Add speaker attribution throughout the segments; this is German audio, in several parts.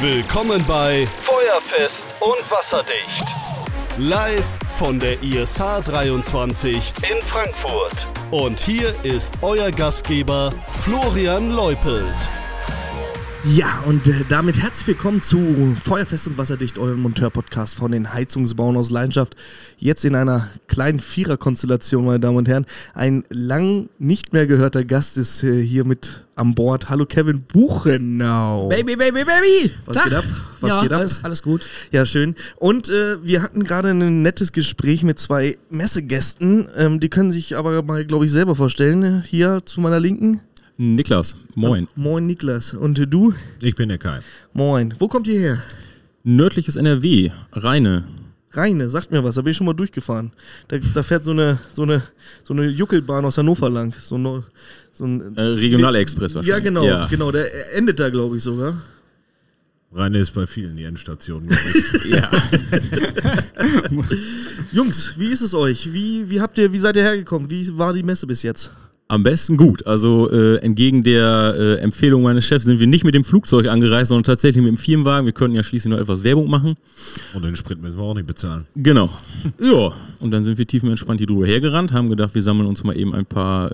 Speaker 1: Willkommen bei Feuerfest und Wasserdicht. Live von der ISH 23 in Frankfurt. Und hier ist euer Gastgeber Florian Leupelt.
Speaker 2: Ja, und damit herzlich willkommen zu Feuerfest und Wasserdicht, eurem Monteur-Podcast von den Heizungsbauern aus Leidenschaft. Jetzt in einer kleinen Vierer-Konstellation, meine Damen und Herren. Ein lang nicht mehr gehörter Gast ist hier mit an Bord. Hallo Kevin Buchenau.
Speaker 3: Baby!
Speaker 2: Was geht ab? Was geht ab?
Speaker 3: Alles gut.
Speaker 2: Ja, schön. Und wir hatten gerade ein nettes Gespräch mit zwei Messegästen. Die können sich aber mal, glaube ich, selber vorstellen. Hier zu meiner Linken.
Speaker 4: Niklas, moin.
Speaker 2: Moin Niklas. Und du?
Speaker 5: Ich bin der Kai.
Speaker 2: Moin. Wo kommt ihr her?
Speaker 4: Nördliches NRW, Rheine.
Speaker 2: Rheine, sagt mir was, da bin ich schon mal durchgefahren. Da fährt so eine Juckelbahn aus Hannover lang. So ein
Speaker 4: Regionalexpress wahrscheinlich.
Speaker 2: Ja, genau, der endet da, glaube ich, sogar.
Speaker 5: Rheine ist bei vielen die Endstation, glaube ich.
Speaker 4: Ja.
Speaker 2: Jungs, wie ist es euch? Wie seid ihr hergekommen? Wie war die Messe bis jetzt?
Speaker 4: Am besten gut. Also entgegen der Empfehlung meines Chefs sind wir nicht mit dem Flugzeug angereist, sondern tatsächlich mit dem Firmenwagen. Wir könnten ja schließlich noch etwas Werbung machen.
Speaker 5: Und den Sprit müssen wir auch nicht bezahlen.
Speaker 4: Genau. Ja, und dann sind wir tiefenentspannt hier drüber hergerannt, haben gedacht, wir sammeln uns mal eben ein paar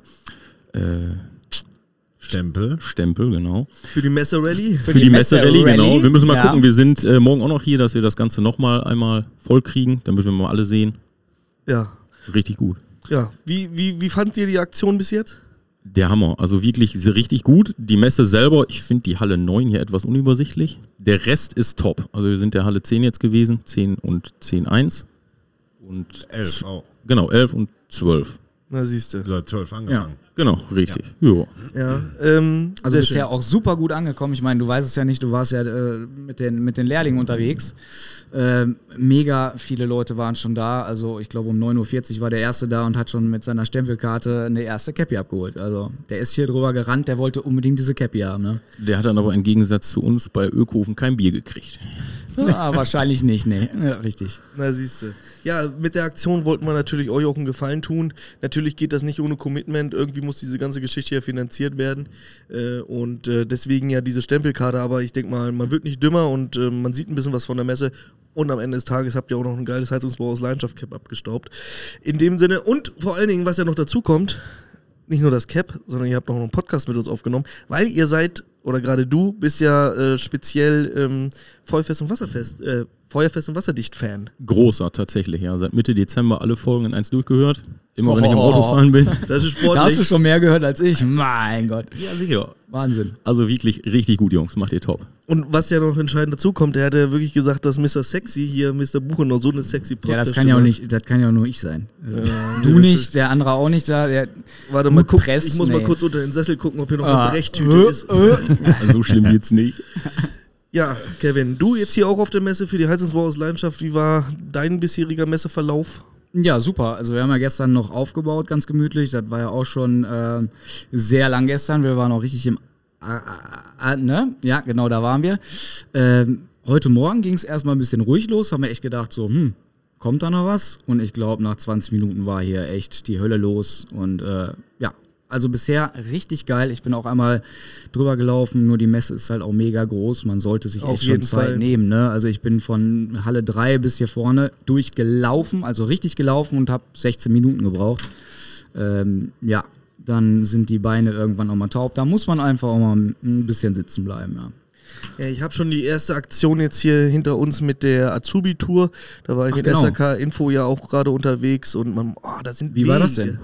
Speaker 4: Stempel, genau.
Speaker 2: Für die Messe-Rallye?
Speaker 4: Für die Messe-Rallye, genau. Wir müssen mal gucken, wir sind morgen auch noch hier, dass wir das Ganze nochmal einmal voll kriegen, damit wir mal alle sehen.
Speaker 2: Ja.
Speaker 4: Richtig gut.
Speaker 2: Ja, wie fandet ihr die Aktion bis jetzt?
Speaker 4: Der Hammer, also wirklich richtig gut. Die Messe selber, ich finde die Halle 9 hier etwas unübersichtlich. Der Rest ist top. Also wir sind der Halle 10 jetzt gewesen, 10 und 10.1. Und
Speaker 5: 11 auch.
Speaker 4: Genau, 11 und 12.
Speaker 2: Na siehst du.
Speaker 5: Seit 12 angefangen.
Speaker 4: Genau, richtig. Ja.
Speaker 2: Ja,
Speaker 3: Also bisher auch super gut angekommen. Ich meine, du weißt es ja nicht, du warst ja mit den Lehrlingen unterwegs. Mega viele Leute waren schon da. Also ich glaube um 9.40 Uhr war der Erste da und hat schon mit seiner Stempelkarte eine erste Cappy abgeholt. Also der ist hier drüber gerannt, der wollte unbedingt diese Cappy haben. Ne?
Speaker 4: Der hat dann aber im Gegensatz zu uns bei Ökofen kein Bier gekriegt.
Speaker 3: Ja, wahrscheinlich nicht, nee. Ja, richtig.
Speaker 2: Na siehst du. Ja, mit der Aktion wollten wir natürlich euch auch einen Gefallen tun. Natürlich geht das nicht ohne Commitment. Irgendwie muss diese ganze Geschichte ja finanziert werden. Und deswegen ja diese Stempelkarte. Aber ich denke mal, man wird nicht dümmer und man sieht ein bisschen was von der Messe. Und am Ende des Tages habt ihr auch noch ein geiles Heizungsbau aus Leidenschaft Cap abgestaubt. In dem Sinne. Und vor allen Dingen, was ja noch dazu kommt, nicht nur das Cap, sondern ihr habt noch einen Podcast mit uns aufgenommen, weil ihr seid, oder gerade du, bist ja speziell Feuerfest und Wasserdicht-Fan.
Speaker 4: Großer, tatsächlich, ja. Seit Mitte Dezember alle Folgen in 1 durchgehört. Immer wenn ich im Auto fahren bin.
Speaker 2: Das ist sportlich.
Speaker 3: Da hast du schon mehr gehört als ich. Mein Gott.
Speaker 4: Ja, sicher.
Speaker 3: Wahnsinn.
Speaker 4: Also wirklich richtig gut, Jungs. Macht ihr top.
Speaker 2: Und was ja noch entscheidend dazu kommt, er hat ja wirklich gesagt, dass Mr. Sexy hier, Mr. Buchenau, so eine sexy
Speaker 3: Ja, das kann ja auch nicht, das kann ja nur ich sein. Also, du nicht, der andere auch nicht da.
Speaker 2: Warte mal, ich muss mal kurz unter den Sessel gucken, ob hier noch eine Brechtüte ist.
Speaker 4: So schlimm wird's nicht.
Speaker 2: Ja, Kevin, du jetzt hier auch auf der Messe für die Heizungsbau aus Leidenschaft. Wie war dein bisheriger Messeverlauf?
Speaker 3: Ja, super. Also wir haben ja gestern noch aufgebaut, ganz gemütlich. Das war ja auch schon sehr lang gestern. Wir waren auch richtig im ne? Ja, genau, da waren wir. Heute Morgen ging es erstmal ein bisschen ruhig los. Haben wir echt gedacht so, kommt da noch was? Und ich glaube, nach 20 Minuten war hier echt die Hölle los. Und ja, also bisher richtig geil. Ich bin auch einmal drüber gelaufen, nur die Messe ist halt auch mega groß. Man sollte sich echt schon Zeit nehmen. Ne? Also ich bin von Halle 3 bis hier vorne durchgelaufen, also richtig gelaufen und habe 16 Minuten gebraucht. Ja, dann sind die Beine irgendwann auch mal taub. Da muss man einfach auch mal ein bisschen sitzen bleiben, ja.
Speaker 2: Ja, ich habe schon die erste Aktion jetzt hier hinter uns mit der Azubi-Tour. Da war ich mit SRK Info ja auch gerade unterwegs und da sind
Speaker 3: Wie war das denn?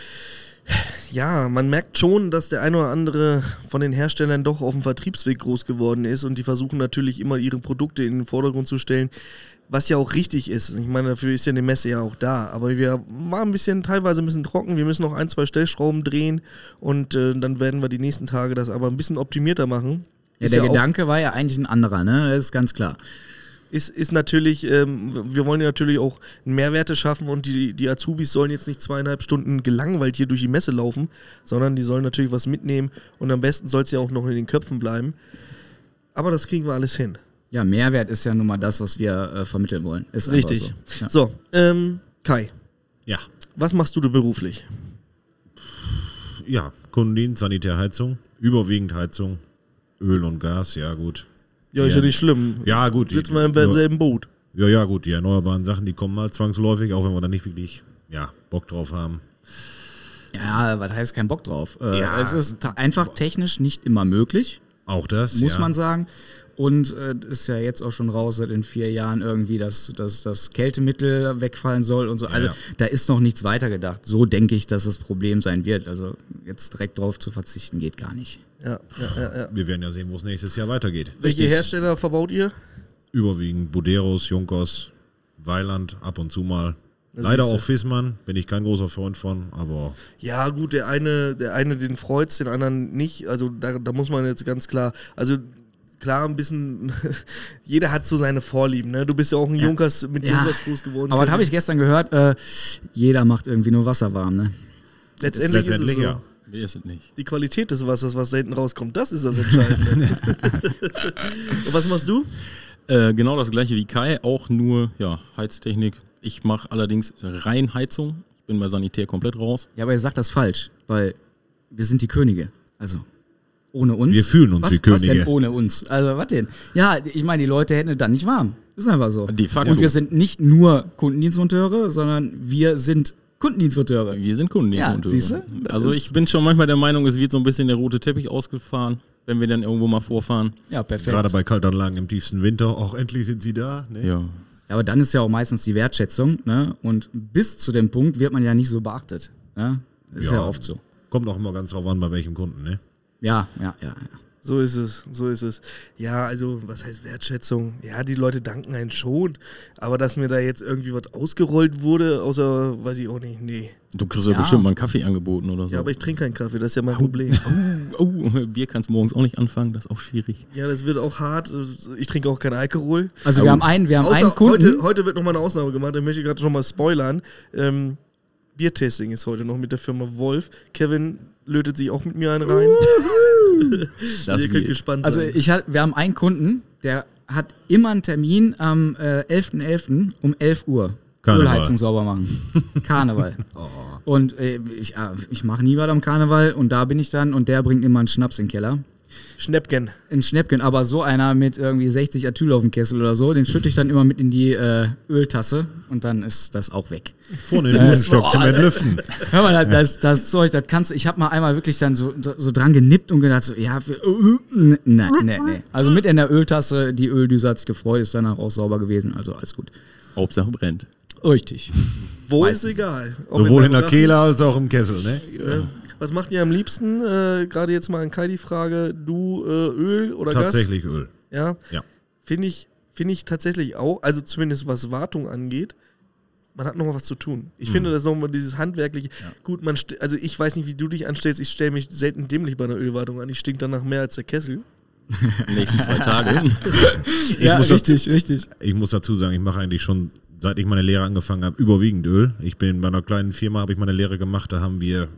Speaker 2: Ja, man merkt schon, dass der ein oder andere von den Herstellern doch auf dem Vertriebsweg groß geworden ist und die versuchen natürlich immer ihre Produkte in den Vordergrund zu stellen, was ja auch richtig ist. Ich meine, dafür ist ja die Messe ja auch da, aber wir waren teilweise ein bisschen trocken, wir müssen noch 1, 2 Stellschrauben drehen und dann werden wir die nächsten Tage das aber ein bisschen optimierter machen.
Speaker 3: Ja, der Gedanke war ja eigentlich ein anderer, ne? Das ist ganz klar.
Speaker 2: Ist natürlich, wir wollen ja natürlich auch Mehrwerte schaffen und die Azubis sollen jetzt nicht 2,5 Stunden gelangweilt hier durch die Messe laufen, sondern die sollen natürlich was mitnehmen und am besten soll es ja auch noch in den Köpfen bleiben. Aber das kriegen wir alles hin.
Speaker 3: Ja, Mehrwert ist ja nun mal das, was wir vermitteln wollen. Ist
Speaker 2: richtig.
Speaker 3: So,
Speaker 2: ja. Kai.
Speaker 5: Ja.
Speaker 2: Was machst du denn beruflich?
Speaker 5: Ja, Kundendienst, Sanitärheizung, überwiegend Heizung, Öl und Gas, ja gut.
Speaker 2: Ja, ist ja nicht schlimm.
Speaker 5: Ja, gut.
Speaker 2: Sitzen wir im selben Boot.
Speaker 5: Ja, gut. Die erneuerbaren Sachen, die kommen halt zwangsläufig, auch wenn wir da nicht wirklich Bock drauf haben.
Speaker 3: Ja, was heißt kein Bock drauf?
Speaker 5: Ja.
Speaker 3: Es ist einfach technisch nicht immer möglich,
Speaker 5: Auch das,
Speaker 3: muss man sagen. Und ist ja jetzt auch schon raus, seit in 4 Jahren irgendwie, dass das Kältemittel wegfallen soll und so. Also da ist noch nichts weitergedacht. So denke ich, dass das Problem sein wird. Also jetzt direkt drauf zu verzichten geht gar nicht.
Speaker 2: Ja.
Speaker 5: Wir werden ja sehen, wo es nächstes Jahr weitergeht.
Speaker 2: Welche Hersteller verbaut ihr?
Speaker 5: Überwiegend Buderus, Junkers, Weiland, ab und zu mal.
Speaker 2: Das
Speaker 5: Leider
Speaker 2: siehste.
Speaker 5: auch Fissmann, bin ich kein großer Freund von, aber
Speaker 2: Ja, gut, der eine den freut's, den anderen nicht. Also da muss man jetzt ganz klar, also klar ein bisschen, jeder hat so seine Vorlieben, ne? Du bist ja auch ein Junkers mit Junkers groß geworden.
Speaker 3: Aber das habe ich gestern gehört, jeder macht irgendwie nur Wasser warm, ne?
Speaker 2: Letztendlich ist es so.
Speaker 5: ja.
Speaker 4: Wir sind nicht.
Speaker 2: Die Qualität des Wassers, was da hinten rauskommt, das ist das Entscheidende. Und was machst du?
Speaker 4: Genau das gleiche wie Kai, auch nur Heiztechnik. Ich mache allerdings rein Heizung. Ich bin bei Sanitär komplett raus.
Speaker 3: Ja, aber ihr sagt das falsch, weil wir sind die Könige. Also ohne uns.
Speaker 5: Wir fühlen uns
Speaker 3: was,
Speaker 5: wie Könige.
Speaker 3: Was denn ohne uns? Also was denn? Ja, ich meine, die Leute hätten es dann nicht warm. Ist einfach so.
Speaker 4: De facto.
Speaker 3: Und wir sind nicht nur Kundendienstmonteure, sondern wir sind Kundendienstmonteure.
Speaker 4: Wir sind Kundendienstmonteure.
Speaker 3: Ja, siehste? Das
Speaker 4: Also
Speaker 3: ist-
Speaker 4: ich bin schon manchmal der Meinung, es wird so ein bisschen der rote Teppich ausgefahren, wenn wir dann irgendwo mal vorfahren.
Speaker 3: Ja, perfekt.
Speaker 5: Gerade bei Kaltanlagen im tiefsten Winter, auch endlich sind sie da. Ne?
Speaker 4: Ja.
Speaker 3: Ja, aber dann ist ja auch meistens die Wertschätzung, ne? Und bis zu dem Punkt wird man ja nicht so beachtet. Ne? Ist ja oft so.
Speaker 5: Kommt auch immer ganz drauf an, bei welchem Kunden. Ne?
Speaker 3: Ja.
Speaker 2: So ist es. Ja, also, was heißt Wertschätzung? Ja, die Leute danken einen schon, aber dass mir da jetzt irgendwie was ausgerollt wurde, außer, weiß ich auch nicht, nee.
Speaker 4: Du kriegst ja
Speaker 3: Ja.
Speaker 4: bestimmt mal einen Kaffee angeboten oder so.
Speaker 2: Ja, aber ich trinke keinen Kaffee, das ist ja mein Problem.
Speaker 4: Bier kannst du morgens auch nicht anfangen, das ist auch schwierig.
Speaker 2: Ja, das wird auch hart. Ich trinke auch keinen Alkohol.
Speaker 3: Also wir haben einen
Speaker 2: Außer
Speaker 3: Kunden.
Speaker 2: heute wird nochmal eine Ausnahme gemacht, da möchte ich gerade schon mal spoilern. Biertasting ist heute noch mit der Firma Wolf. Kevin lötet sich auch mit mir einen rein.
Speaker 4: Das
Speaker 2: Ihr könnt
Speaker 4: geht.
Speaker 2: gespannt
Speaker 3: Also
Speaker 2: sein.
Speaker 3: wir haben einen Kunden, der hat immer einen Termin am 11.11. um 11 Uhr.
Speaker 5: Karneval.
Speaker 3: Ölheizung sauber machen. Karneval. Und ich mache nie was am Karneval und da bin ich dann und der bringt immer einen Schnaps in den Keller.
Speaker 2: Schnäppchen.
Speaker 3: Ein Schnäppchen, aber so einer mit irgendwie 60 Atyl auf dem Kessel oder so, den schütte ich dann immer mit in die Öltasse und dann ist das auch weg.
Speaker 5: Vorne den Hosenstock zum Entlüften.
Speaker 3: Hör mal, das Zeug, das kannst du, ich habe mal einmal wirklich dann so dran genippt und gedacht so, nee. Also mit in der Öltasse, die Öldüse hat sich gefreut, ist danach auch sauber gewesen, also alles gut.
Speaker 4: Hauptsache brennt.
Speaker 3: Richtig.
Speaker 2: Wo
Speaker 3: Meistens.
Speaker 2: ist egal. Ob
Speaker 5: Sowohl in der
Speaker 2: Brachen-
Speaker 5: Kehle als auch im Kessel. Ne?
Speaker 2: Was macht ihr am liebsten? Gerade jetzt mal an Kai die Frage, du Öl oder
Speaker 5: Tatsächlich Öl.
Speaker 2: Gas? Ja.
Speaker 5: Ja.
Speaker 2: Finde ich tatsächlich auch, also zumindest was Wartung angeht, man hat noch mal was zu tun. Ich finde, das nochmal dieses handwerkliche, gut, also ich weiß nicht, wie du dich anstellst, ich stelle mich selten dämlich bei einer Ölwartung an, ich stink danach mehr als der Kessel.
Speaker 4: Nächsten 2 Tage.
Speaker 3: Ja,
Speaker 5: muss
Speaker 3: richtig.
Speaker 5: Ich muss dazu sagen, ich mache eigentlich schon, seit ich meine Lehre angefangen habe, überwiegend Öl. Ich bin bei einer kleinen Firma, habe ich meine Lehre gemacht, da haben wir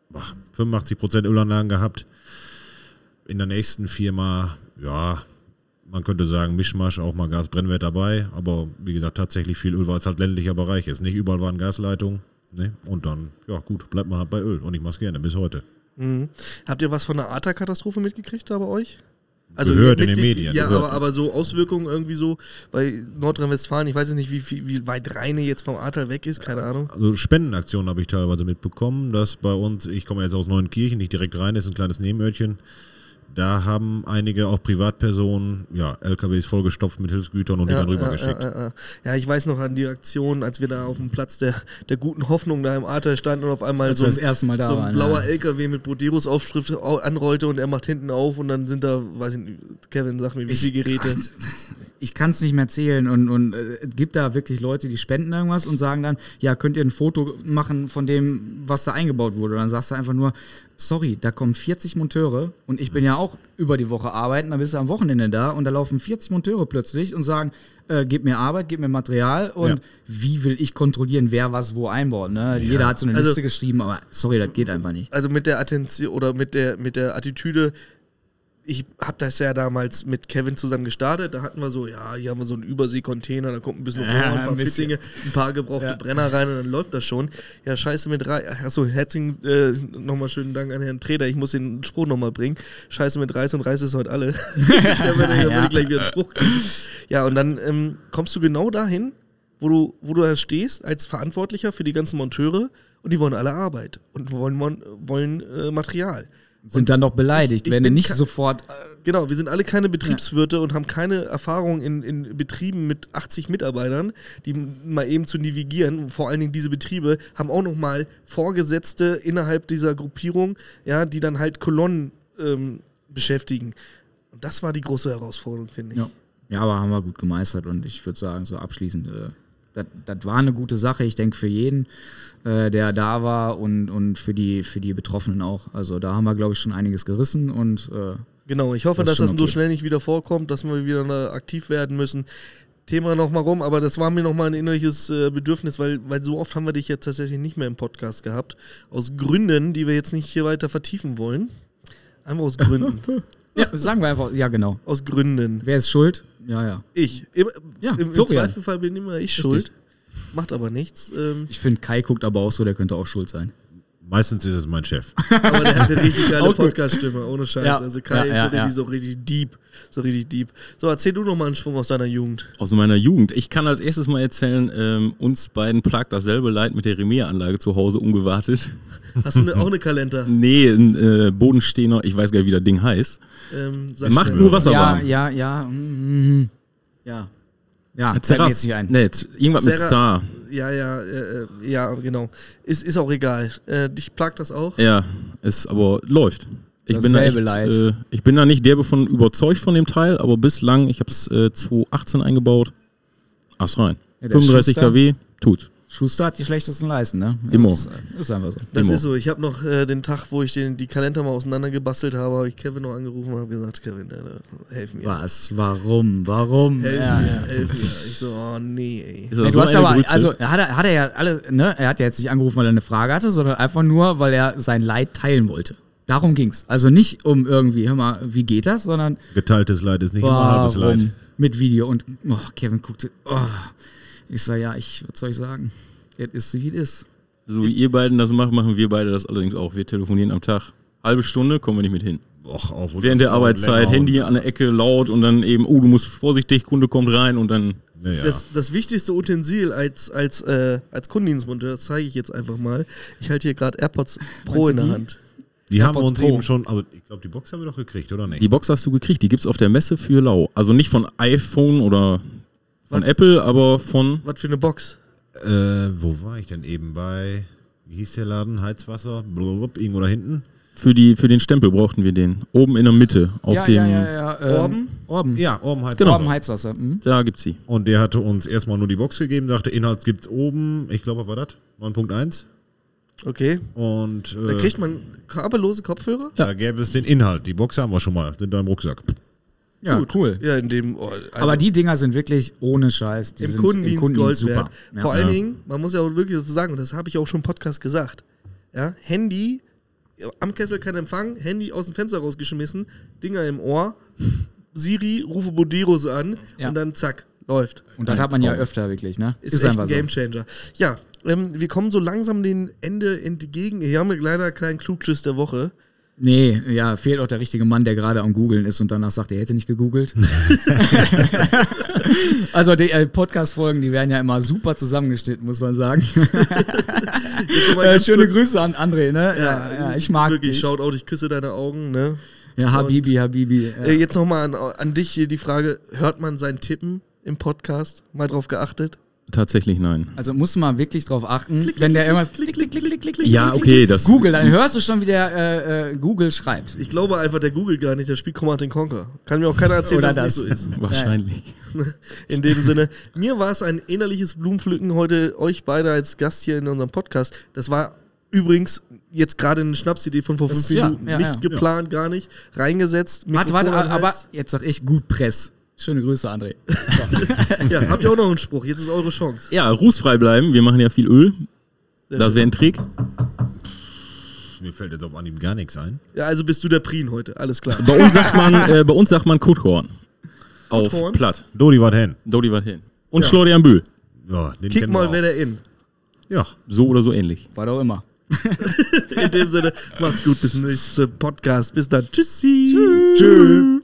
Speaker 5: 85% Ölanlagen gehabt. In der nächsten Firma, ja, man könnte sagen, Mischmasch, auch mal Gasbrennwert dabei, aber wie gesagt, tatsächlich viel Öl, weil es halt ländlicher Bereich ist. Nicht überall waren Gasleitungen. Ne? Und dann, ja gut, bleibt man halt bei Öl. Und ich mache es gerne, bis heute.
Speaker 2: Mhm. Habt ihr was von der Ahrtal-Katastrophe mitgekriegt da bei euch? Also
Speaker 5: Gehört in den Medien.
Speaker 2: Ja,
Speaker 5: Gehört.
Speaker 2: aber so Auswirkungen irgendwie so bei Nordrhein-Westfalen, ich weiß jetzt nicht, wie weit Rheine jetzt vom Ahrtal weg ist, keine Ahnung.
Speaker 5: Also Spendenaktionen habe ich teilweise mitbekommen, dass bei uns, ich komme jetzt aus Neuenkirchen, nicht direkt rein, ist ein kleines Nebenörtchen. Da haben einige, auch Privatpersonen, LKWs vollgestopft mit Hilfsgütern und die dann rübergeschickt.
Speaker 2: Ja, ich weiß noch an die Aktion, als wir da auf dem Platz der guten Hoffnung da im Ahrtal standen und auf einmal
Speaker 3: Als
Speaker 2: so
Speaker 3: wir das erste Mal da
Speaker 2: so ein
Speaker 3: waren,
Speaker 2: blauer
Speaker 3: ja.
Speaker 2: LKW mit Broderos-Aufschrift anrollte und er macht hinten auf und dann sind da, weiß ich nicht, Kevin, sag mir, wie viele Geräte.
Speaker 3: Ich kann es nicht mehr zählen und es gibt da wirklich Leute, die spenden irgendwas und sagen dann, ja, könnt ihr ein Foto machen von dem, was da eingebaut wurde. Und dann sagst du einfach nur, sorry, da kommen 40 Monteure und ich bin ja auch über die Woche arbeiten, dann bist du am Wochenende da und da laufen 40 Monteure plötzlich und sagen, gib mir Arbeit, gib mir Material und wie will ich kontrollieren, wer was wo einbaut. Ne? Jeder hat so eine
Speaker 2: Also-
Speaker 3: Liste geschrieben, aber sorry, das geht einfach nicht.
Speaker 2: Also mit der Attention oder mit der Attitüde, ich habe das ja damals mit Kevin zusammen gestartet, da hatten wir so, ja, hier haben wir so einen Überseekontainer, da kommt ein bisschen Rohr, ein paar Fittinge, ein paar gebrauchte Brenner rein und dann läuft das schon. Ja, scheiße mit Reis, achso, herzlichen, nochmal schönen Dank an Herrn Treder, ich muss den Spruch nochmal bringen, scheiße mit Reis und Reis ist heute alle. Da würde ich gleich wieder einen Spruch kriegen. Ja, und dann kommst du genau dahin, wo du da stehst, als Verantwortlicher für die ganzen Monteure und die wollen alle Arbeit und wollen Material.
Speaker 3: Sind dann doch beleidigt, wenn du nicht sofort...
Speaker 2: Genau, wir sind alle keine Betriebswirte und haben keine Erfahrung in Betrieben mit 80 Mitarbeitern, die mal eben zu navigieren. Vor allen Dingen diese Betriebe haben auch nochmal Vorgesetzte innerhalb dieser Gruppierung, ja, die dann halt Kolonnen beschäftigen. Und das war die große Herausforderung, finde ich.
Speaker 3: Ja, aber haben wir gut gemeistert und ich würde sagen, so abschließend, das war eine gute Sache, ich denke für jeden, der da war und für die Betroffenen auch. Also da haben wir, glaube ich, schon einiges gerissen und
Speaker 2: genau, ich hoffe, dass das so schnell nicht wieder vorkommt, dass wir wieder aktiv werden müssen. Thema nochmal rum, aber das war mir nochmal ein innerliches Bedürfnis, weil so oft haben wir dich jetzt tatsächlich nicht mehr im Podcast gehabt. Aus Gründen, die wir jetzt nicht hier weiter vertiefen wollen. Einfach aus Gründen.
Speaker 3: Ja, sagen wir einfach, ja genau.
Speaker 2: Aus Gründen.
Speaker 3: Wer ist schuld? Ja.
Speaker 2: Ich. Im Zweifelfall bin immer ich schuld. Macht aber nichts.
Speaker 3: Ich finde, Kai guckt aber auch so, der könnte auch schuld sein.
Speaker 5: Meistens ist es mein Chef.
Speaker 2: Aber der hat eine richtig geile Podcast-Stimme, ohne Scheiß. Ja. Also Kai ist so richtig deep. So, erzähl du noch mal einen Schwung aus deiner Jugend.
Speaker 4: Aus meiner Jugend. Ich kann als erstes mal erzählen, uns beiden plagt dasselbe Leid mit der Remea-Anlage zu Hause ungewartet.
Speaker 2: Hast du auch eine Kalender?
Speaker 4: Nee, ein Bodenstehender, ich weiß gar nicht, wie das Ding heißt. Macht nur Wasser warm.
Speaker 3: Ja. Ja,
Speaker 4: Zerras. Irgendwas mit Star.
Speaker 2: Ja, genau. Ist auch egal. Dich plagt das auch?
Speaker 4: Ja, aber läuft. Ich bin da nicht derbe von überzeugt von dem Teil, aber bislang, ich habe es 2018 eingebaut. Ast rein. Ja, 35 kW, tut.
Speaker 3: Schuster hat die schlechtesten Leisten, ne?
Speaker 4: Immer.
Speaker 3: Das ist einfach so.
Speaker 2: Das ist so. Ich habe noch den Tag, wo ich die Kalender mal auseinandergebastelt habe ich Kevin noch angerufen und habe gesagt, Kevin, helf mir.
Speaker 3: Was? Warum?
Speaker 2: Helf mir. Ich so, oh nee, ey.
Speaker 3: Du hast aber, also hat er ja alle, ne? Er hat ja jetzt nicht angerufen, weil er eine Frage hatte, sondern einfach nur, weil er sein Leid teilen wollte. Darum ging's. Also nicht um irgendwie, hör mal, wie geht das, sondern...
Speaker 5: Geteiltes Leid ist nicht immer halbes Leid.
Speaker 3: Mit Video und Kevin guckte, ich sag, was soll ich sagen? Es ist, wie es ist.
Speaker 4: So wie ihr beiden das macht, machen wir beide das allerdings auch. Wir telefonieren am Tag. Halbe Stunde, kommen wir nicht mit hin. Während der Arbeitszeit, Handy an der Ecke, laut und dann eben, du musst vorsichtig, Kunde kommt rein und dann...
Speaker 2: Ja. Das wichtigste Utensil als Kundendienstmonteur, das zeige ich jetzt einfach mal. Ich halte hier gerade AirPods Pro in der Hand.
Speaker 5: Die haben wir uns eben schon, also ich glaube, die Box haben wir doch gekriegt, oder nicht?
Speaker 4: Die Box hast du gekriegt, die gibt's auf der Messe für lau. Also nicht von iPhone oder von Apple, aber von...
Speaker 2: Was für eine Box?
Speaker 5: Wo war ich denn eben bei, wie hieß der Laden, Heizwasser, blablabla, irgendwo da hinten?
Speaker 4: Für den Stempel brauchten wir den. Oben in der Mitte. Auf dem
Speaker 2: Orben?
Speaker 5: Ja, Orben Heizwasser.
Speaker 3: Genau. Orben Heizwasser.
Speaker 4: Da gibt's sie.
Speaker 5: Und der hatte uns erstmal nur die Box gegeben, sagte, Inhalt gibt's oben, ich glaube, was war das? 9.1.
Speaker 2: Okay.
Speaker 5: Und
Speaker 2: da kriegt man kabellose Kopfhörer?
Speaker 5: Da gäbe es den Inhalt. Die Box haben wir schon mal, sind da im Rucksack.
Speaker 3: Ja,
Speaker 2: gut.
Speaker 3: Cool.
Speaker 2: Ja,
Speaker 3: aber die Dinger sind wirklich ohne Scheiß. Die
Speaker 2: im
Speaker 3: sind
Speaker 2: Kundendienst Gold wert.
Speaker 3: Ja.
Speaker 2: Vor allen Dingen, man muss ja auch wirklich so sagen, und das habe ich auch schon im Podcast gesagt, ja, Handy, am Kessel kein Empfang, Handy aus dem Fenster rausgeschmissen, Dinger im Ohr, Siri, rufe Boderos an und dann zack, läuft.
Speaker 3: Und das hat man ja öfter wirklich, ne?
Speaker 2: Ist echt ein Gamechanger. So. Ja, wir kommen so langsam dem Ende entgegen. Hier haben wir leider keinen Klugschiss der Woche.
Speaker 3: Nee, ja, fehlt auch der richtige Mann, der gerade am Googeln ist und danach sagt, er hätte nicht gegoogelt. Also die Podcast-Folgen, die werden ja immer super zusammengeschnitten, muss man sagen. Schöne Grüße an André, ne? Ja, ich mag
Speaker 2: wirklich,
Speaker 3: dich.
Speaker 2: Shoutout, ich küsse deine Augen, ne?
Speaker 3: Ja, Habibi. Ja.
Speaker 2: Jetzt nochmal an dich hier die Frage, hört man sein Tippen im Podcast? Mal drauf geachtet?
Speaker 4: Tatsächlich nein.
Speaker 3: Also muss man wirklich drauf achten, wenn der irgendwas
Speaker 4: ja, okay, das
Speaker 3: Google, dann hörst du schon, wie der Google schreibt.
Speaker 2: Ich glaube einfach, der googelt gar nicht, der spielt Command & Conquer. Kann mir auch keiner erzählen, dass es nicht so ist.
Speaker 4: Wahrscheinlich.
Speaker 2: In dem Sinne, mir war es ein innerliches Blumenpflücken, heute euch beide als Gast hier in unserem Podcast. Das war übrigens jetzt gerade eine Schnapsidee von vor 5 Minuten. Nicht geplant, gar nicht. Reingesetzt.
Speaker 3: Warte, aber jetzt sag ich gut Press. Schöne Grüße, André.
Speaker 2: So. Ja, habt ihr auch noch einen Spruch? Jetzt ist eure Chance.
Speaker 4: Ja, rußfrei bleiben. Wir machen ja viel Öl. Das wäre ein Trick.
Speaker 5: Mir fällt jetzt auf Anhieb gar nichts ein.
Speaker 2: Ja, also bist du der Prien heute, alles klar.
Speaker 4: Bei uns sagt man Kuthorn. Auf
Speaker 2: Kuthorn?
Speaker 4: Platt.
Speaker 5: Dodi wat hin.
Speaker 4: Dodi wat hin. Und
Speaker 2: Ja.
Speaker 4: Schlordian Bühl.
Speaker 5: Ja, den
Speaker 2: Kick
Speaker 5: kennen
Speaker 2: mal,
Speaker 5: wir
Speaker 2: wer
Speaker 5: auch.
Speaker 2: der in.
Speaker 5: Ja.
Speaker 4: So oder so ähnlich.
Speaker 3: Was auch immer.
Speaker 2: In dem Sinne, macht's gut, bis zum nächsten Podcast. Bis dann. Tschüssi. Tschüss.